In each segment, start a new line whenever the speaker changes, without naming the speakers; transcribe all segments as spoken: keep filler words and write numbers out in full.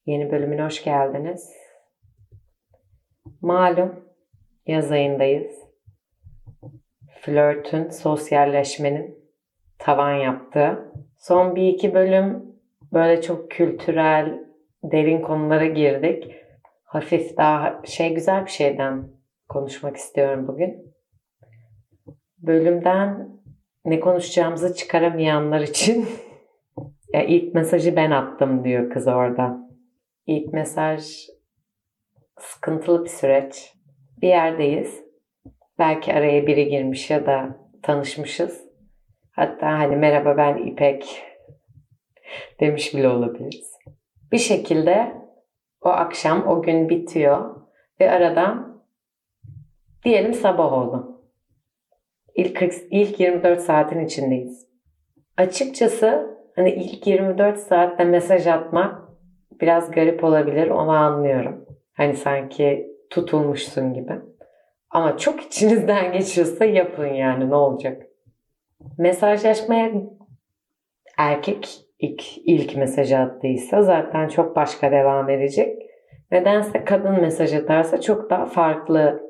Yeni bölümüne hoş geldiniz. Malum yaz ayındayız. Flörtün, sosyalleşmenin tavan yaptığı. Son bir iki bölüm böyle çok kültürel, derin konulara girdik. Hafif daha şey güzel bir şeyden konuşmak istiyorum bugün. Bölümden ne konuşacağımızı çıkaramayanlar için ya ilk mesajı ben attım diyor kız orada. İlk mesaj sıkıntılı bir süreç. Bir yerdeyiz. Belki araya biri girmiş ya da tanışmışız. Hatta hani merhaba ben İpek demiş bile olabiliriz. Bir şekilde o akşam, o gün bitiyor ve aradan diyelim sabah oldu. İlk, kırk, ilk yirmi dört saatin içindeyiz. Açıkçası hani ilk yirmi dört saatte mesaj atmak biraz garip olabilir, onu anlıyorum. Hani sanki tutulmuşsun gibi. Ama çok içinizden geçiyorsa yapın yani ne olacak? Mesajlaşmaya erkek ilk, ilk mesaj attıysa zaten çok başka devam edecek. Nedense kadın mesaj atarsa çok daha farklı.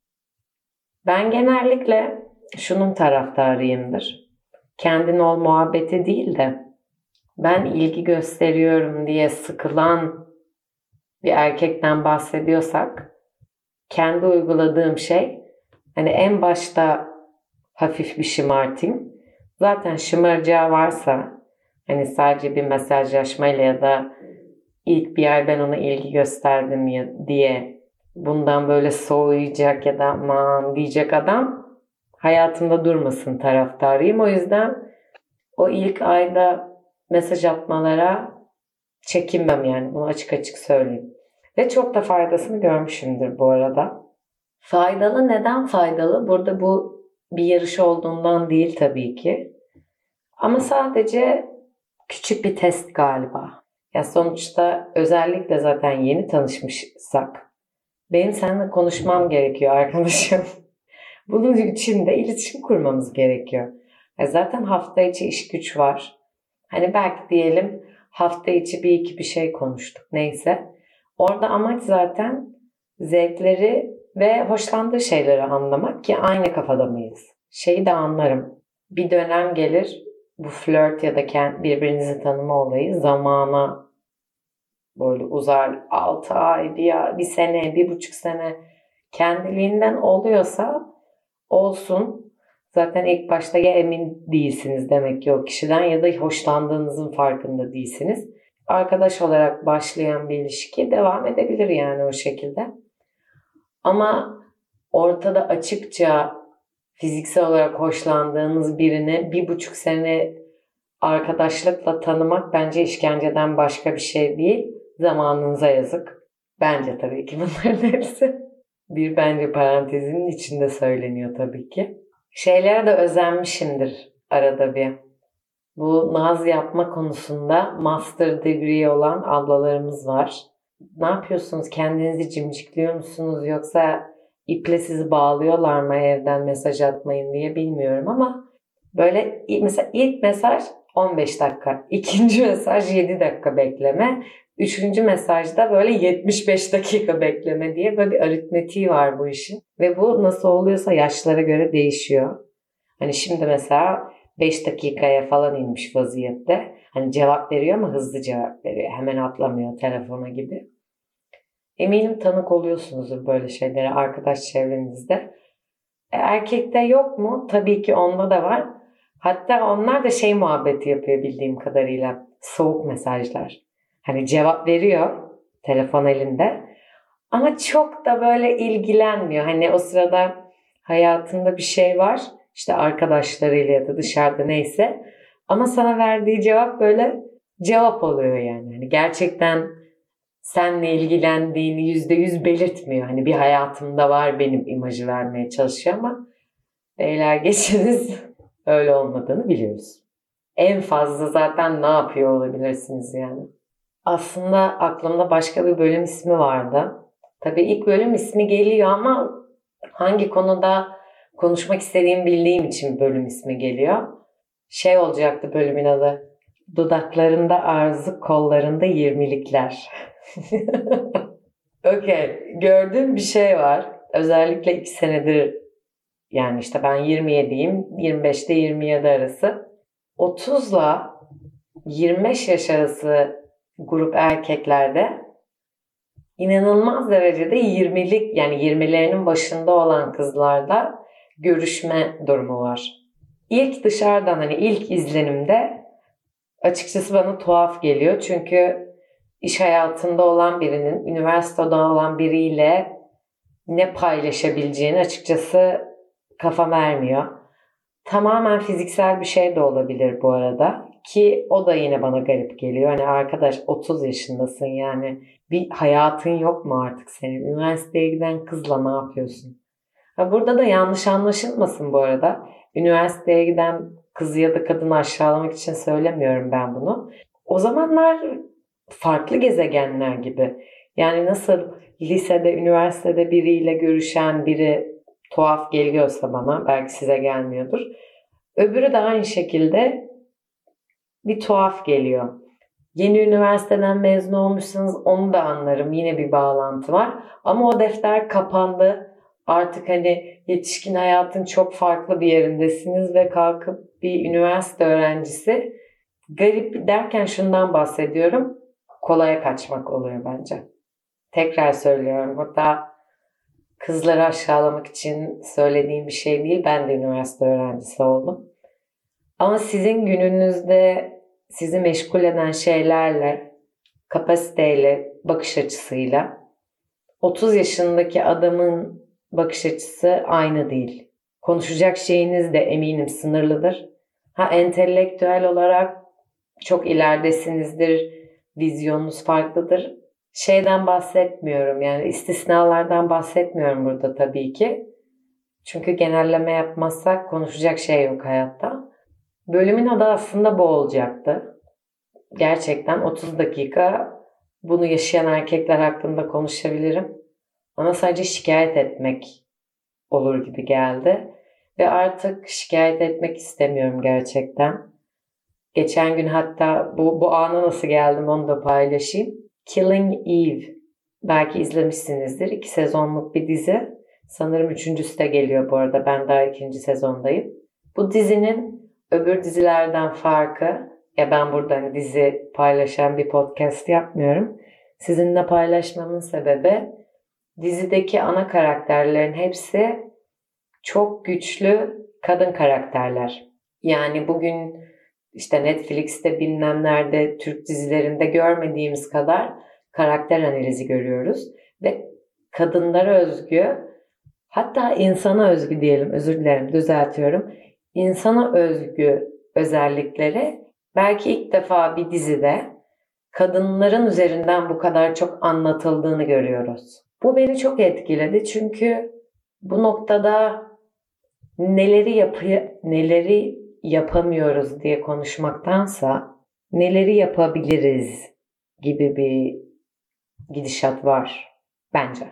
Ben genellikle şunun taraftarıyımdır. Kendin ol muhabbeti değil de ben ilgi gösteriyorum diye sıkılan bir erkekten bahsediyorsak kendi uyguladığım şey hani en başta hafif bir şımartayım. Zaten şımaracağı varsa hani sadece bir mesajlaşmayla ya da ilk bir ay ben ona ilgi gösterdim ya diye bundan böyle soğuyacak ya da aman diyecek adam hayatımda durmasın taraftarıyım. O yüzden o ilk ayda mesaj atmalara çekinmem yani. Bunu açık açık söyleyeyim. Ve çok da faydasını görmüşümdür bu arada. Faydalı neden faydalı? Burada bu bir yarış olduğundan değil tabii ki. Ama sadece küçük bir test galiba. Ya sonuçta özellikle zaten yeni tanışmışsak benim seninle konuşmam gerekiyor arkadaşım. Bunun için de iletişim kurmamız gerekiyor. Ya zaten hafta içi iş güç var. Hani belki diyelim hafta içi bir iki bir şey konuştuk neyse. Orada amaç zaten zevkleri ve hoşlandığı şeyleri anlamak ki aynı kafada mıyız? Şeyi de anlarım. Bir dönem gelir bu flört ya da birbirinizi tanıma olayı zamana böyle uzar. altı ay, bir, bir sene, bir buçuk sene kendiliğinden oluyorsa olsun. Zaten ilk başta ya emin değilsiniz demek ki o kişiden ya da hoşlandığınızın farkında değilsiniz. Arkadaş olarak başlayan bir ilişki devam edebilir yani o şekilde. Ama ortada açıkça fiziksel olarak hoşlandığınız birini bir buçuk sene arkadaşlıkla tanımak bence işkenceden başka bir şey değil. Zamanınıza yazık. Bence tabii ki bunların hepsi bir bence parantezinin içinde söyleniyor tabii ki. Şeylere de özenmişimdir arada bir. Bu naz yapma konusunda master degree olan ablalarımız var. Ne yapıyorsunuz? Kendinizi cimcikliyor musunuz? Yoksa iple sizi bağlıyorlar mı evden mesaj atmayın diye bilmiyorum ama böyle mesela ilk mesaj on beş dakika, ikinci mesaj yedi dakika bekleme, üçüncü mesajda böyle yetmiş beş dakika bekleme diye böyle bir aritmetiği var bu işin. Ve bu nasıl oluyorsa yaşlara göre değişiyor. Hani şimdi mesela beş dakikaya falan inmiş vaziyette. Hani cevap veriyor ama hızlı cevap veriyor. Hemen atlamıyor telefona gibi. Eminim tanık oluyorsunuzdur böyle şeylere arkadaş çevrenizde. E, erkekte yok mu? Tabii ki onda da var. Hatta onlar da şey muhabbeti yapıyor bildiğim kadarıyla. Soğuk mesajlar. Hani cevap veriyor telefon elinde. Ama çok da böyle ilgilenmiyor. Hani o sırada hayatında bir şey var. İşte arkadaşlarıyla ya da dışarıda neyse. Ama sana verdiği cevap böyle cevap oluyor yani. Hani gerçekten seninle ilgilendiğini yüzde yüz belirtmiyor. Hani bir hayatımda var benim imajı vermeye çalışıyor ama beyler geçiniz öyle olmadığını biliyoruz. En fazla zaten ne yapıyor olabilirsiniz yani. Aslında aklımda başka bir bölüm ismi vardı. Tabii ilk bölüm ismi geliyor ama hangi konuda konuşmak istediğimi bildiğim için bölüm ismi geliyor. Şey olacaktı bölümün adı. Dudaklarında arzu, kollarında yirmilikler. Okey. Gördüğüm bir şey var. Özellikle iki senedir, yani işte ben yirmi yediyim. yirmi beşte yirmi yedi arası. otuzla yirmi beş yaş arası grup erkeklerde inanılmaz derecede yirmilik, yani yirmilerinin başında olan kızlarda görüşme durumu var. İlk dışarıdan, hani ilk izlenimde açıkçası bana tuhaf geliyor. Çünkü iş hayatında olan birinin üniversitede olan biriyle ne paylaşabileceğini açıkçası kafam ermiyor. Tamamen fiziksel bir şey de olabilir bu arada. Ki o da yine bana garip geliyor. Hani arkadaş, otuz yaşındasın yani. Bir hayatın yok mu artık senin? Üniversiteye giden kızla ne yapıyorsun? Ha, burada da yanlış anlaşılmasın bu arada. Üniversiteye giden kızı ya da kadını aşağılamak için söylemiyorum ben bunu. O zamanlar farklı gezegenler gibi. Yani nasıl lisede, üniversitede biriyle görüşen biri tuhaf geliyorsa bana, belki size gelmiyordur. Öbürü de aynı şekilde bir tuhaf geliyor. Yeni üniversiteden mezun olmuşsanız onu da anlarım. Yine bir bağlantı var. Ama o defter kapandı. Artık hani yetişkin hayatın çok farklı bir yerindesiniz ve kalkıp bir üniversite öğrencisi, garip derken şundan bahsediyorum. Kolaya kaçmak oluyor bence. Tekrar söylüyorum. Hatta kızları aşağılamak için söylediğim bir şey değil. Ben de üniversite öğrencisi oldum. Ama sizin gününüzde sizi meşgul eden şeylerle, kapasiteyle, bakış açısıyla otuz yaşındaki adamın bakış açısı aynı değil. Konuşacak şeyiniz de eminim sınırlıdır. Ha, entelektüel olarak çok ileridesinizdir, vizyonunuz farklıdır. Şeyden bahsetmiyorum, yani istisnalardan bahsetmiyorum burada tabii ki. Çünkü genelleme yapmazsak konuşacak şey yok hayatta. Bölümün adı aslında bu olacaktı. Gerçekten otuz dakika bunu yaşayan erkekler hakkında konuşabilirim. Ama sadece şikayet etmek olur gibi geldi. Ve artık şikayet etmek istemiyorum gerçekten. Geçen gün hatta bu, bu ana nasıl geldim onu da paylaşayım. Killing Eve. Belki izlemişsinizdir. İki sezonluk bir dizi. Sanırım üçüncüsü de geliyor bu arada. Ben daha ikinci sezondayım. Bu dizinin öbür dizilerden farkı, ya ben burada hani dizi paylaşan bir podcast yapmıyorum. Sizinle paylaşmamın sebebi, dizideki ana karakterlerin hepsi çok güçlü kadın karakterler. Yani bugün işte Netflix'te bilmem nerede Türk dizilerinde görmediğimiz kadar karakter analizi görüyoruz. Ve kadınlara özgü, hatta insana özgü diyelim, özür dilerim düzeltiyorum. İnsana özgü özellikleri belki ilk defa bir dizide kadınların üzerinden bu kadar çok anlatıldığını görüyoruz. Bu beni çok etkiledi çünkü bu noktada neleri yapı neleri yapamıyoruz diye konuşmaktansa neleri yapabiliriz gibi bir gidişat var bence.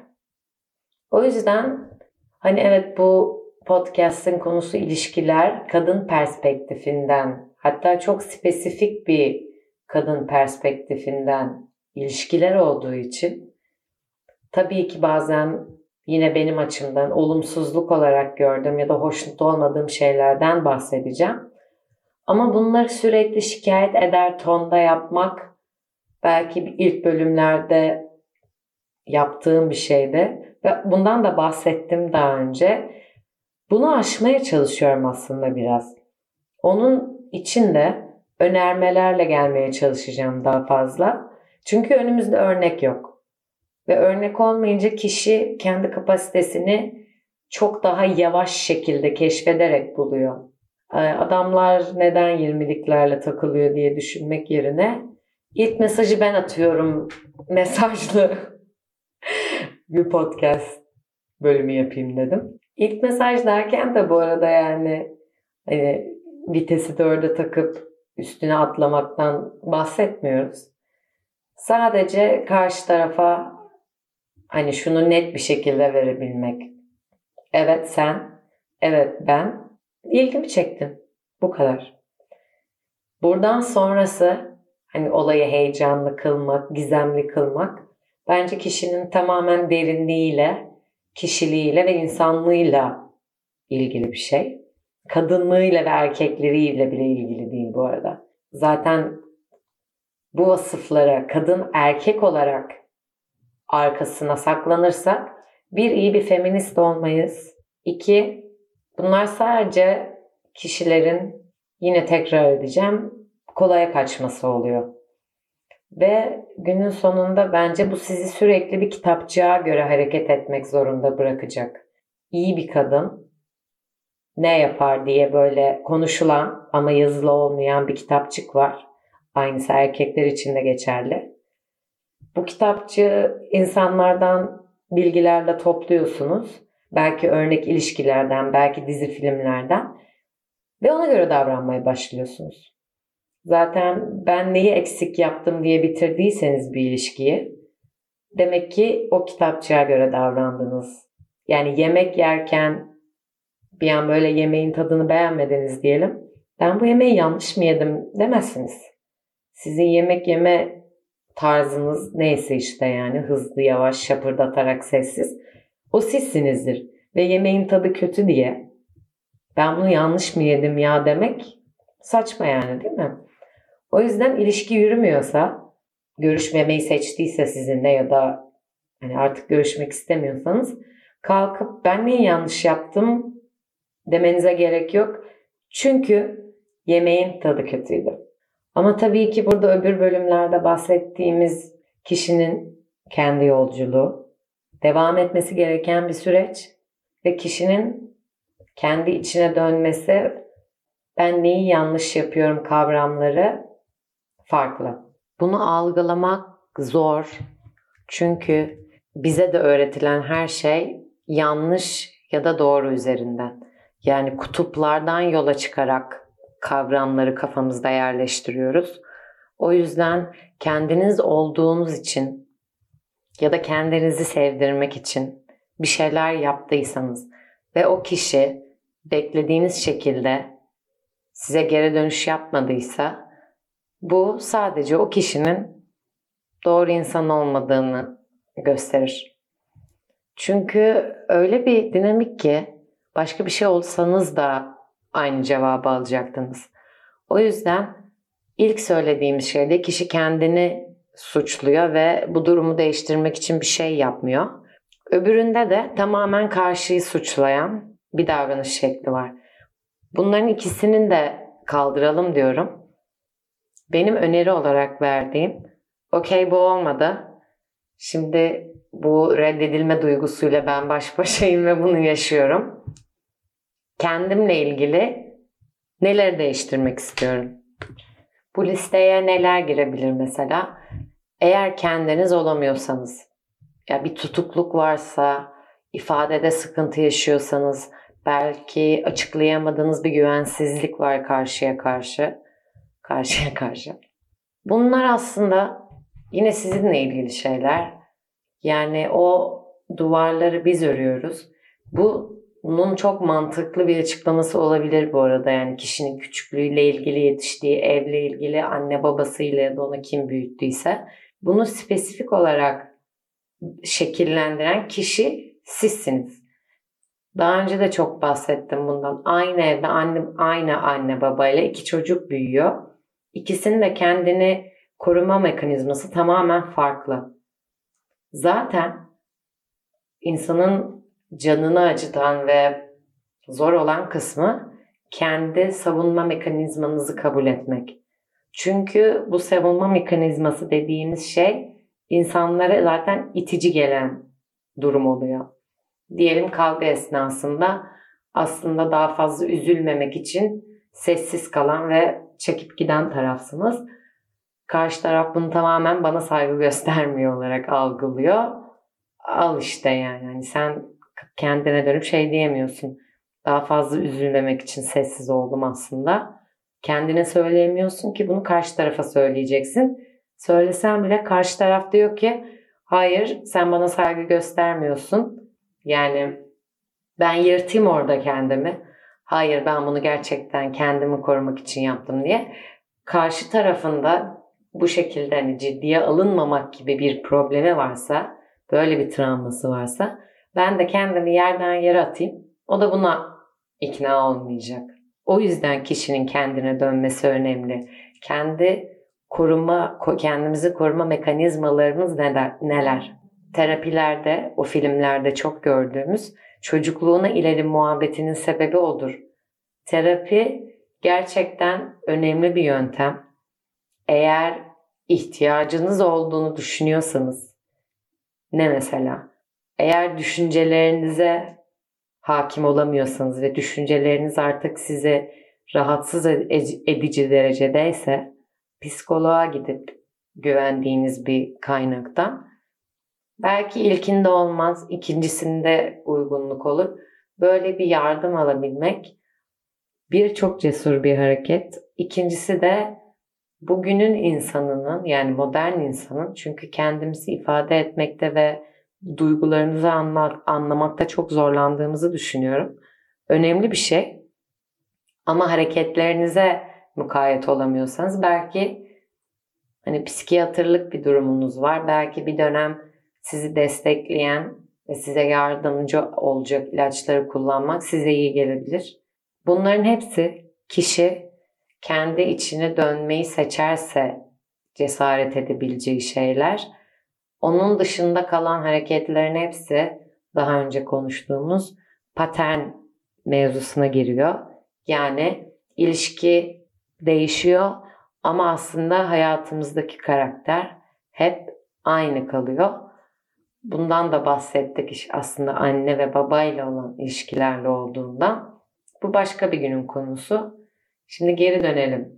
O yüzden hani evet, bu podcast'ın konusu ilişkiler, kadın perspektifinden, hatta çok spesifik bir kadın perspektifinden ilişkiler olduğu için tabii ki bazen yine benim açımdan olumsuzluk olarak gördüğüm ya da hoşnut olmadığım şeylerden bahsedeceğim. Ama bunları sürekli şikayet eder tonda yapmak belki ilk bölümlerde yaptığım bir şeydi. Ve bundan da bahsettim daha önce. Bunu aşmaya çalışıyorum aslında biraz. Onun için de önermelerle gelmeye çalışacağım daha fazla. Çünkü önümüzde örnek yok. Ve örnek olmayınca kişi kendi kapasitesini çok daha yavaş şekilde keşfederek buluyor. Adamlar neden yirmiliklerle takılıyor diye düşünmek yerine ilk mesajı ben atıyorum mesajlı bir podcast bölümü yapayım dedim. İlk mesaj derken de bu arada yani hani vitesi dörde takıp üstüne atlamaktan bahsetmiyoruz. Sadece karşı tarafa hani şunu net bir şekilde verebilmek. Evet sen, evet ben, ilgimi çektin. Bu kadar. Buradan sonrası hani olayı heyecanlı kılmak, gizemli kılmak bence kişinin tamamen derinliğiyle, kişiliğiyle ve insanlığıyla ilgili bir şey. Kadınlığıyla ve erkekleriyle bile ilgili değil bu arada. Zaten bu vasıflara kadın erkek olarak arkasına saklanırsak bir iyi bir feminist olmayız. İki, bunlar sadece kişilerin, yine tekrar edeceğim, kolaya kaçması oluyor. Ve günün sonunda bence bu sizi sürekli bir kitapçığa göre hareket etmek zorunda bırakacak. İyi bir kadın ne yapar diye böyle konuşulan ama yazılı olmayan bir kitapçık var. Aynısı erkekler için de geçerli. Bu kitapçığı insanlardan bilgilerle topluyorsunuz. Belki örnek ilişkilerden, belki dizi filmlerden ve ona göre davranmaya başlıyorsunuz. Zaten ben neyi eksik yaptım diye bitirdiyseniz bir ilişkiyi, demek ki o kitapçığa göre davrandınız. Yani yemek yerken bir an böyle yemeğin tadını beğenmediniz diyelim. Ben bu yemeği yanlış mı yedim demezsiniz. Sizin yemek yeme tarzınız neyse işte, yani hızlı, yavaş, şapırdatarak, sessiz. O sizsinizdir. Ve yemeğin tadı kötü diye ben bunu yanlış mı yedim ya demek saçma yani, değil mi? O yüzden ilişki yürümüyorsa, görüşmemeyi seçtiyse sizinle ya da hani artık görüşmek istemiyorsanız, kalkıp ben neyi yanlış yaptım demenize gerek yok. Çünkü yemeğin tadı kötüydü. Ama tabii ki burada öbür bölümlerde bahsettiğimiz kişinin kendi yolculuğu, devam etmesi gereken bir süreç ve kişinin kendi içine dönmesi, ben neyi yanlış yapıyorum kavramları farklı. Bunu algılamak zor. Çünkü bize de öğretilen her şey yanlış ya da doğru üzerinden. Yani kutuplardan yola çıkarak kavramları kafamızda yerleştiriyoruz. O yüzden kendiniz olduğunuz için ya da kendinizi sevdirmek için bir şeyler yaptıysanız ve o kişi beklediğiniz şekilde size geri dönüş yapmadıysa, bu sadece o kişinin doğru insan olmadığını gösterir. Çünkü öyle bir dinamik ki başka bir şey olsanız da aynı cevabı alacaktınız. O yüzden ilk söylediğimiz şeyde kişi kendini suçluyor ve bu durumu değiştirmek için bir şey yapmıyor. Öbüründe de tamamen karşıyı suçlayan bir davranış şekli var. Bunların ikisinin de kaldıralım diyorum. Benim öneri olarak verdiğim, okey bu olmadı. Şimdi bu reddedilme duygusuyla ben baş başayım ve bunu yaşıyorum. Kendimle ilgili neleri değiştirmek istiyorum? Bu listeye neler girebilir mesela? Eğer kendiniz olamıyorsanız, ya bir tutukluk varsa, ifadede sıkıntı yaşıyorsanız, belki açıklayamadığınız bir güvensizlik var karşıya karşı, karşıya karşı. Bunlar aslında yine sizinle ilgili şeyler. Yani o duvarları biz örüyoruz. Bu Bunun çok mantıklı bir açıklaması olabilir bu arada. Yani kişinin küçüklüğüyle ilgili, yetiştiği evle ilgili, anne babasıyla ya da onu kim büyüttüyse. Bunu spesifik olarak şekillendiren kişi sizsiniz. Daha önce de çok bahsettim bundan. Aynı evde anne, aynı anne babayla iki çocuk büyüyor. İkisinin de kendini koruma mekanizması tamamen farklı. Zaten insanın canını acıtan ve zor olan kısmı kendi savunma mekanizmanızı kabul etmek. Çünkü bu savunma mekanizması dediğimiz şey insanlara zaten itici gelen durum oluyor. Diyelim kavga esnasında aslında daha fazla üzülmemek için sessiz kalan ve çekip giden tarafsınız. Karşı taraf bunu tamamen bana saygı göstermiyor olarak algılıyor. Al işte yani. Yani sen kendine dönüp şey diyemiyorsun. Daha fazla üzülmemek için sessiz oldum aslında. Kendine söyleyemiyorsun ki bunu karşı tarafa söyleyeceksin. Söylesen bile karşı taraf diyor ki hayır sen bana saygı göstermiyorsun. Yani ben yırtayım orada kendimi. Hayır ben bunu gerçekten kendimi korumak için yaptım diye. karşı tarafında bu şekilde hani ciddiye alınmamak gibi bir problemi varsa, böyle bir travması varsa ben de kendimi yerden yere atayım. O da buna ikna olmayacak. O yüzden kişinin kendine dönmesi önemli. Kendi koruma, kendimizi koruma mekanizmalarımız neler? neler? Terapilerde, o filmlerde çok gördüğümüz çocukluğuna ileri muhabbetinin sebebi odur. Terapi gerçekten önemli bir yöntem. Eğer ihtiyacınız olduğunu düşünüyorsanız, ne mesela? Eğer düşüncelerinize hakim olamıyorsanız ve düşünceleriniz artık sizi rahatsız edici derecedeyse, psikoloğa gidip güvendiğiniz bir kaynaktan, belki ilkinde olmaz, ikincisinde uygunluk olur. Böyle bir yardım alabilmek bir, çok cesur bir hareket. İkincisi de bugünün insanının, yani modern insanın, çünkü kendimizi ifade etmekte ve duygularımızı anla, anlamakta çok zorlandığımızı düşünüyorum. Önemli bir şey. Ama hareketlerinize mukayyet olamıyorsanız belki hani psikiyatrlık bir durumunuz var. Belki bir dönem sizi destekleyen ve size yardımcı olacak ilaçları kullanmak size iyi gelebilir. Bunların hepsi kişi kendi içine dönmeyi seçerse cesaret edebileceği şeyler. Onun dışında kalan hareketlerin hepsi daha önce konuştuğumuz patern mevzusuna giriyor. Yani ilişki değişiyor ama aslında hayatımızdaki karakter hep aynı kalıyor. Bundan da bahsettik, aslında anne ve babayla olan ilişkilerle olduğundan. Bu başka bir günün konusu. Şimdi geri dönelim.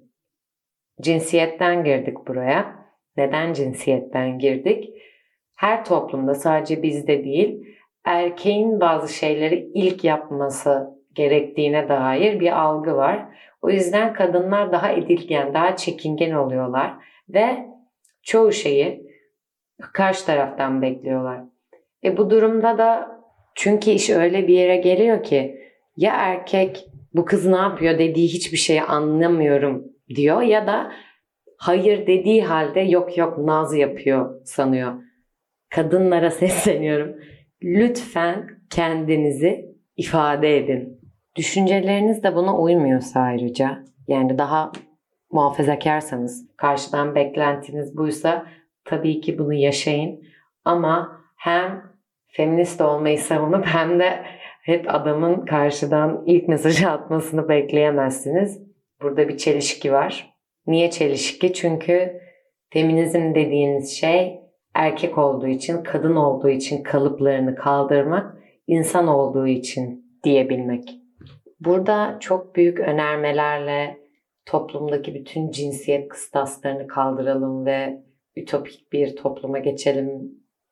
Cinsiyetten girdik buraya. Neden cinsiyetten girdik? Her toplumda, sadece bizde değil, erkeğin bazı şeyleri ilk yapması gerektiğine dair bir algı var. O yüzden kadınlar daha edilgen, daha çekingen oluyorlar ve çoğu şeyi karşı taraftan bekliyorlar. E bu durumda da, çünkü iş öyle bir yere geliyor ki, ya erkek bu kız ne yapıyor dediği hiçbir şeyi anlamıyorum diyor, ya da hayır dediği halde yok yok naz yapıyor sanıyor. Kadınlara sesleniyorum. Lütfen kendinizi ifade edin. Düşünceleriniz de buna uymuyorsa ayrıca, yani daha muhafazakarsanız, karşıdan beklentiniz buysa tabii ki bunu yaşayın. Ama hem feminist olmayı savunup hem de hep adamın karşıdan ilk mesajı atmasını bekleyemezsiniz. Burada bir çelişki var. Niye çelişki? Çünkü feminizm dediğiniz şey erkek olduğu için, kadın olduğu için kalıplarını kaldırmak, insan olduğu için diyebilmek. Burada çok büyük önermelerle toplumdaki bütün cinsiyet kıstaslarını kaldıralım ve ütopik bir topluma geçelim.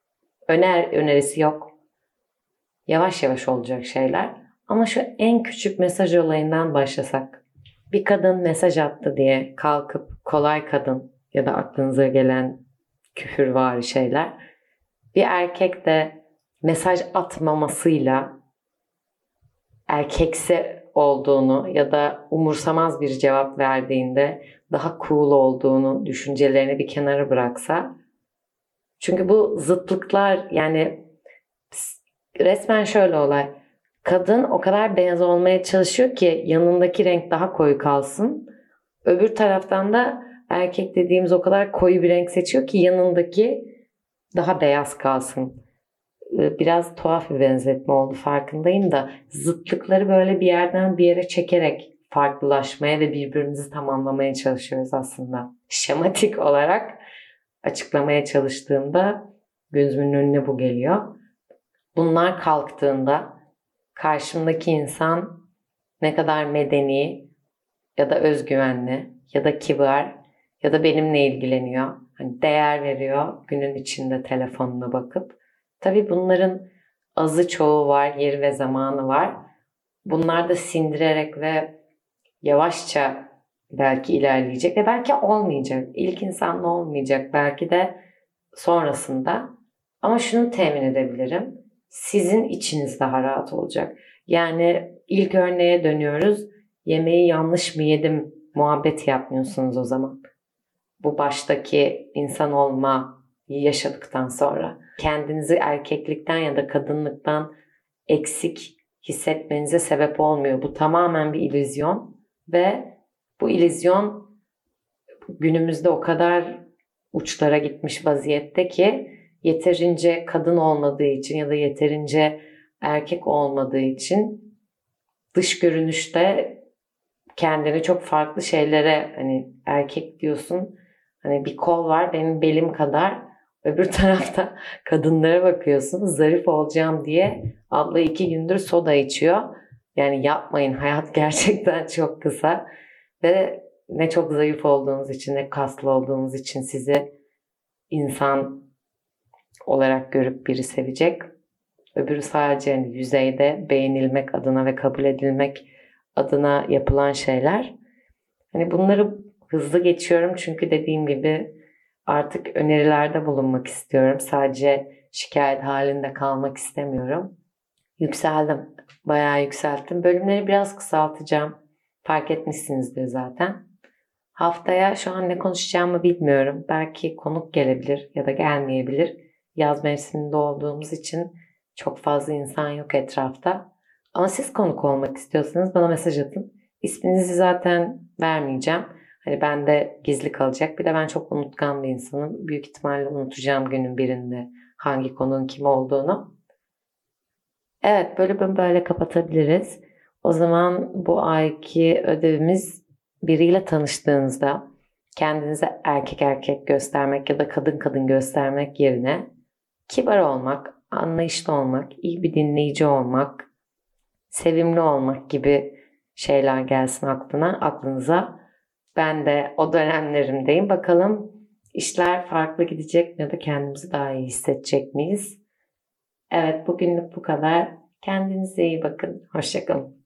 Öner önerisi yok. Yavaş yavaş olacak şeyler. Ama şu en küçük mesaj olayından başlasak. Bir kadın mesaj attı diye kalkıp kolay kadın ya da aklınıza gelen küfürvari şeyler. Bir erkek de mesaj atmamasıyla erkekse olduğunu ya da umursamaz bir cevap verdiğinde daha cool olduğunu, düşüncelerini bir kenara bıraksa. Çünkü bu zıtlıklar, yani resmen şöyle olay. Kadın o kadar beyaz olmaya çalışıyor ki yanındaki renk daha koyu kalsın. Öbür taraftan da erkek dediğimiz o kadar koyu bir renk seçiyor ki yanındaki daha beyaz kalsın. Biraz tuhaf bir benzetme oldu, farkındayım da zıtlıkları böyle bir yerden bir yere çekerek farklılaşmaya ve birbirimizi tamamlamaya çalışıyoruz aslında. Şematik olarak açıklamaya çalıştığımda gözümün önüne bu geliyor. Bunlar kalktığında karşımdaki insan ne kadar medeni ya da özgüvenli ya da kibar ya da benimle ilgileniyor, hani değer veriyor günün içinde telefonuna bakıp. Tabii bunların azı çoğu var, yeri ve zamanı var. Bunlar da sindirerek ve yavaşça belki ilerleyecek ve belki olmayacak. İlk insanla olmayacak, belki de sonrasında. Ama şunu temin edebilirim. Sizin içiniz daha rahat olacak. Yani ilk örneğe dönüyoruz. Yemeği yanlış mı yedim muhabbet yapmıyorsunuz o zaman. Bu baştaki insan olmayı yaşadıktan sonra kendinizi erkeklikten ya da kadınlıktan eksik hissetmenize sebep olmuyor. Bu tamamen bir illüzyon ve bu illüzyon günümüzde o kadar uçlara gitmiş vaziyette ki yeterince kadın olmadığı için ya da yeterince erkek olmadığı için dış görünüşte kendini çok farklı şeylere, hani erkek diyorsun, hani bir kol var benim belim kadar, öbür tarafta kadınlara bakıyorsun zarif olacağım diye abla iki gündür soda içiyor. Yani yapmayın, hayat gerçekten çok kısa ve ne çok zayıf olduğunuz için ne kaslı olduğunuz için sizi insan olarak görüp biri sevecek. Öbürü sadece yani yüzeyde beğenilmek adına ve kabul edilmek adına yapılan şeyler. Hani bunları hızlı geçiyorum çünkü dediğim gibi artık önerilerde bulunmak istiyorum. Sadece şikayet halinde kalmak istemiyorum. Yükseldim. Bayağı yükselttim. Bölümleri biraz kısaltacağım. Fark etmişsinizdir zaten. Haftaya şu an ne konuşacağımı bilmiyorum. Belki konuk gelebilir ya da gelmeyebilir. Yaz mevsiminde olduğumuz için çok fazla insan yok etrafta. Ama siz konuk olmak istiyorsanız bana mesaj atın. İsminizi zaten vermeyeceğim. Hani bende gizli kalacak. Bir de ben çok unutkan bir insanım. Büyük ihtimalle unutacağım günün birinde hangi konunun kim olduğunu. Evet, bölümü böyle kapatabiliriz. O zaman bu ayki ödevimiz, biriyle tanıştığınızda kendinize erkek erkek göstermek ya da kadın kadın göstermek yerine kibar olmak, anlayışlı olmak, iyi bir dinleyici olmak, sevimli olmak gibi şeyler gelsin aklına, aklınıza. Ben de o dönemlerimdeyim. Bakalım işler farklı gidecek mi ya da kendimizi daha iyi hissedecek miyiz? Evet, bugünlük bu kadar. Kendinize iyi bakın. Hoşça kalın.